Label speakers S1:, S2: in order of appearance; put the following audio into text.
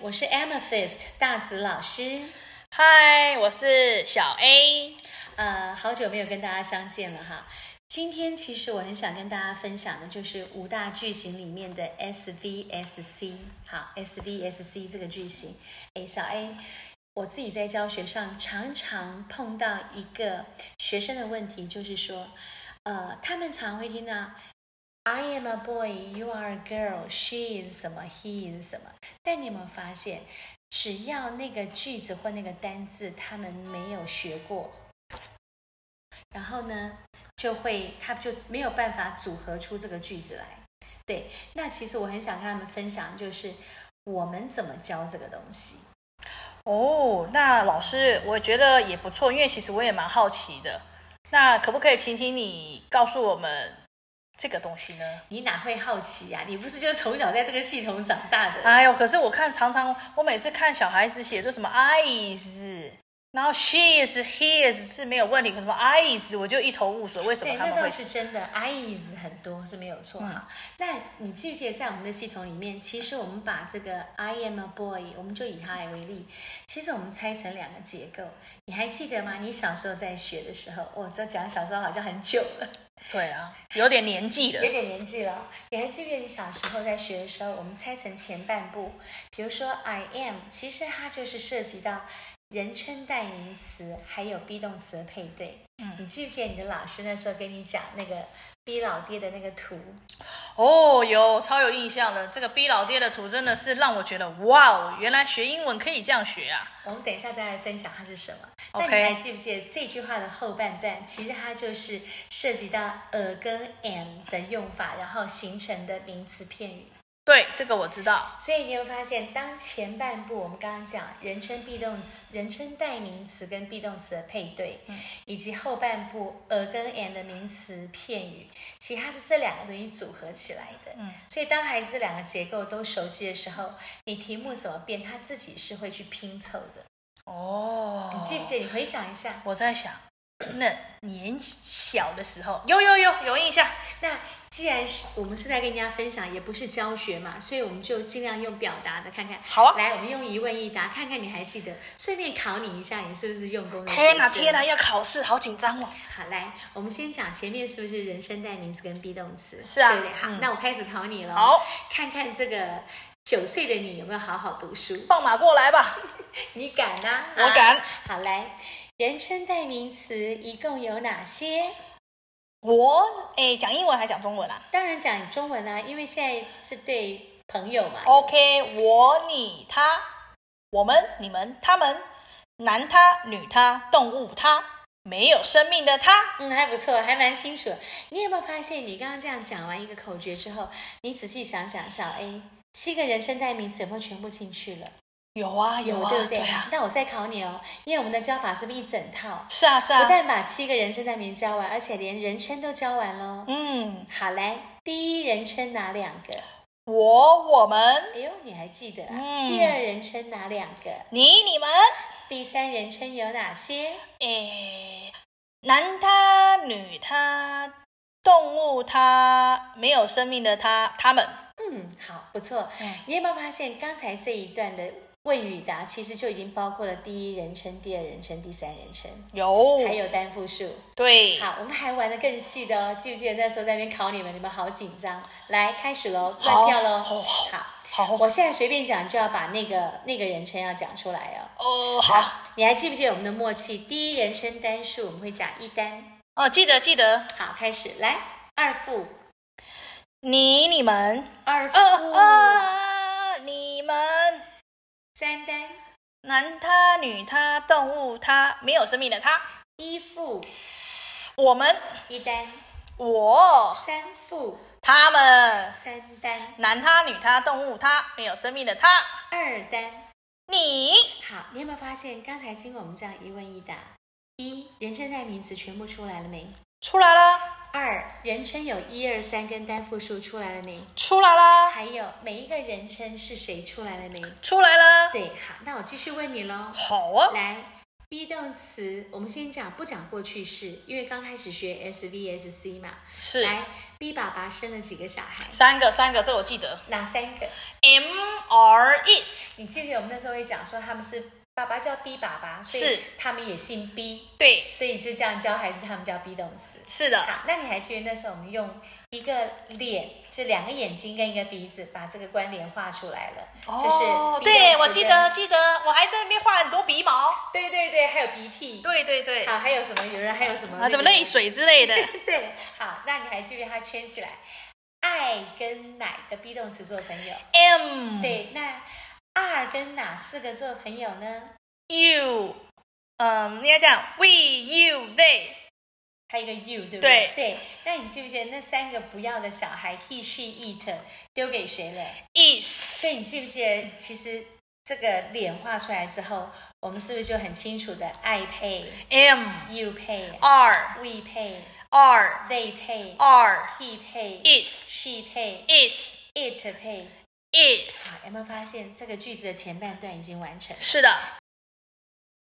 S1: 我是 Amethyst 大紫老师。
S2: 嗨，我是小 A。
S1: 好久没有跟大家相见了哈。今天其实我很想跟大家分享的就是五大句型里面的 SVSC。好 ，SVSC 这个句型，小 A， 我自己在教学上常常碰到一个学生的问题，就是说，他们常会听到 I am a boy, you are a girl, she is 什么 he is 什么，但你有没有发现，只要那个句子或那个单字他们没有学过，然后呢，他就没有办法组合出这个句子来。对，那其实我很想跟他们分享，就是我们怎么教这个东西。
S2: 那老师，我觉得也不错，因为其实我也蛮好奇的。那可不可以请你告诉我们这个东西呢？
S1: 你哪会好奇呀？你不是就从小在这个系统长大的？
S2: 哎呦，可是我我每次看小孩子写的什么 eyes， 然后 she is he is 是没有问题，可是什么 eyes 我就一头雾水，为什么他们会？
S1: 那倒是真的 eyes 很多是没有错哈。那你记不记得在我们的系统里面，其实我们把这个 I am a boy， 我们就以它为例，其实我们拆成两个结构，你还记得吗？你小时候在学的时候，这讲小时候好像很久了。
S2: 对啊，有点年纪了。
S1: 有点年纪了。你还记不记得你小时候在学的时候，我们拆成前半部，比如说 I am， 其实它就是涉及到人称代名词还有 be 动词的配对。你记不记得你的老师那时候跟你讲那个 B 老爹的那个图？
S2: 有超有印象的。这个 B 老爹的图真的是让我觉得哇，原来学英文可以这样学啊。
S1: 我们等一下再来分享它是什么。
S2: OK，
S1: 但你还记不记得这句话的后半段，其实它就是涉及到跟 am 的用法，然后形成的名词片语。
S2: 对，这个我知道。
S1: 所以你会发现，当前半部我们刚刚讲人称 be 动词、人称代名词跟 be 动词的配对，以及后半部跟 and 的名词片语，其实它是这两个东西组合起来的。所以当孩子这两个结构都熟悉的时候，你题目怎么变，他自己是会去拼凑的。你记不记得？你回想一下。
S2: 我在想，那年小的时候有印象。
S1: 那既然我们是在跟人家分享，也不是教学嘛，所以我们就尽量用表达的看看。
S2: 好啊，
S1: 来，我们用一问一答，看看你还记得，顺便考你一下，你是不是用功的？
S2: 天哪，要考试，好紧张哦。
S1: 好，来，我们先讲前面是不是人称代名词跟 be 动词？
S2: 是啊，
S1: 对不对？好，那我开始考你了。
S2: 好，
S1: 看看这个9岁的你有没有好好读书？
S2: 放马过来吧。
S1: 你敢啊？
S2: 我敢。
S1: 好，来，人称代名词一共有哪些？
S2: 讲英文还讲中文啊？
S1: 当然讲中文啊，因为现在是对朋友嘛。
S2: OK， 我、你、他，我们、你们、他们，男他、女他，动物他，没有生命的他。
S1: 还不错，还蛮清楚。你有没有发现，你刚刚这样讲完一个口诀之后，你仔细想想，小 A 7个人称代名词有没有全部进去了？
S2: 有啊，
S1: 对不对？那我再考你哦，因为我们的教法是不是一整套？
S2: 是啊。
S1: 不但把7个人称代名词教完，而且连人称都教完咯。好，来，第一人称哪2个？
S2: 我们。
S1: 哎呦，你还记得啊？第二人称哪2个？
S2: 你们。
S1: 第三人称有哪些？
S2: 男他、女他、动物他，没有生命的他，他们。
S1: 好，不错。你有没有发现刚才这一段的问与答其实就已经包括了第一人称、第二人称、第三人称，还有单复数。
S2: 对。
S1: 好，我们还玩得更细的哦。记不记得那时候在那边考你们好紧张。来，开始咯，乱跳咯。好，我现在随便讲，就要把那个人称要讲出来哦。
S2: 好。
S1: 你还记不记得我们的默契？第一人称单数我们会讲一单。
S2: 记得。
S1: 好，开始，来，二复。
S2: 你们。
S1: 二复。
S2: 你们。
S1: 三单。
S2: 男他、女他、动物他，没有生命的他。
S1: 一复。
S2: 我们。
S1: 一单。
S2: 我。
S1: 三复。
S2: 他们。
S1: 三单。
S2: 男他、女他、动物他，没有生命的他。
S1: 二单。
S2: 你。
S1: 好，你有没有发现刚才经过我们这样一问一答，人称代名词全部出来了没？
S2: 出来了。
S1: 2人称有1、2、3跟单复数出来了没？
S2: 出来了。
S1: 还有每一个人称是谁出来了没？
S2: 出来了。
S1: 对，好，那我继续问你咯。
S2: 好啊。
S1: 来， be 动词，我们先不讲过去式，因为刚开始学 SVSC 嘛。
S2: 是。
S1: 来 ，B 爸爸生了几个小孩
S2: ？3个，这我记得。
S1: 哪3个
S2: ？M、R、is。
S1: 你记不记得我们那时候会讲说他们是爸爸叫 B 爸爸，所以他们也姓 B。
S2: 对。
S1: 所以就这样教孩子，他们叫 be 动词。
S2: 是的。
S1: 好，那你还记得那时候我们用一个脸，就2个眼睛跟一个鼻子，把这个关联画出来了。就是
S2: 对，我记得，我还在那边画很多鼻毛。
S1: 对，还有鼻涕。
S2: 对。
S1: 好，还有什么？有人还有什么？
S2: 什么泪水之类的。
S1: 对，好，那你还记得它圈起来？爱跟奶的 be 动词做朋友
S2: M。
S1: 对，那 are 跟哪4个做朋友呢
S2: ？You。应该这样 ，we、you、they。
S1: 还有一个 you， 对不对？对。那你记不记得那3个不要的小孩 he、she、it 丢给谁了
S2: ？is。
S1: 所以你记不记得，其实这个脸画出来之后，我们是不是就很清楚的 I pay
S2: M、
S1: you pay
S2: R、
S1: we pay
S2: R、
S1: they pay
S2: R、
S1: he pay
S2: is、
S1: she pay
S2: is、
S1: it pay
S2: is。
S1: 好，有没有发现这个句子的前半段已经完成？
S2: 是的。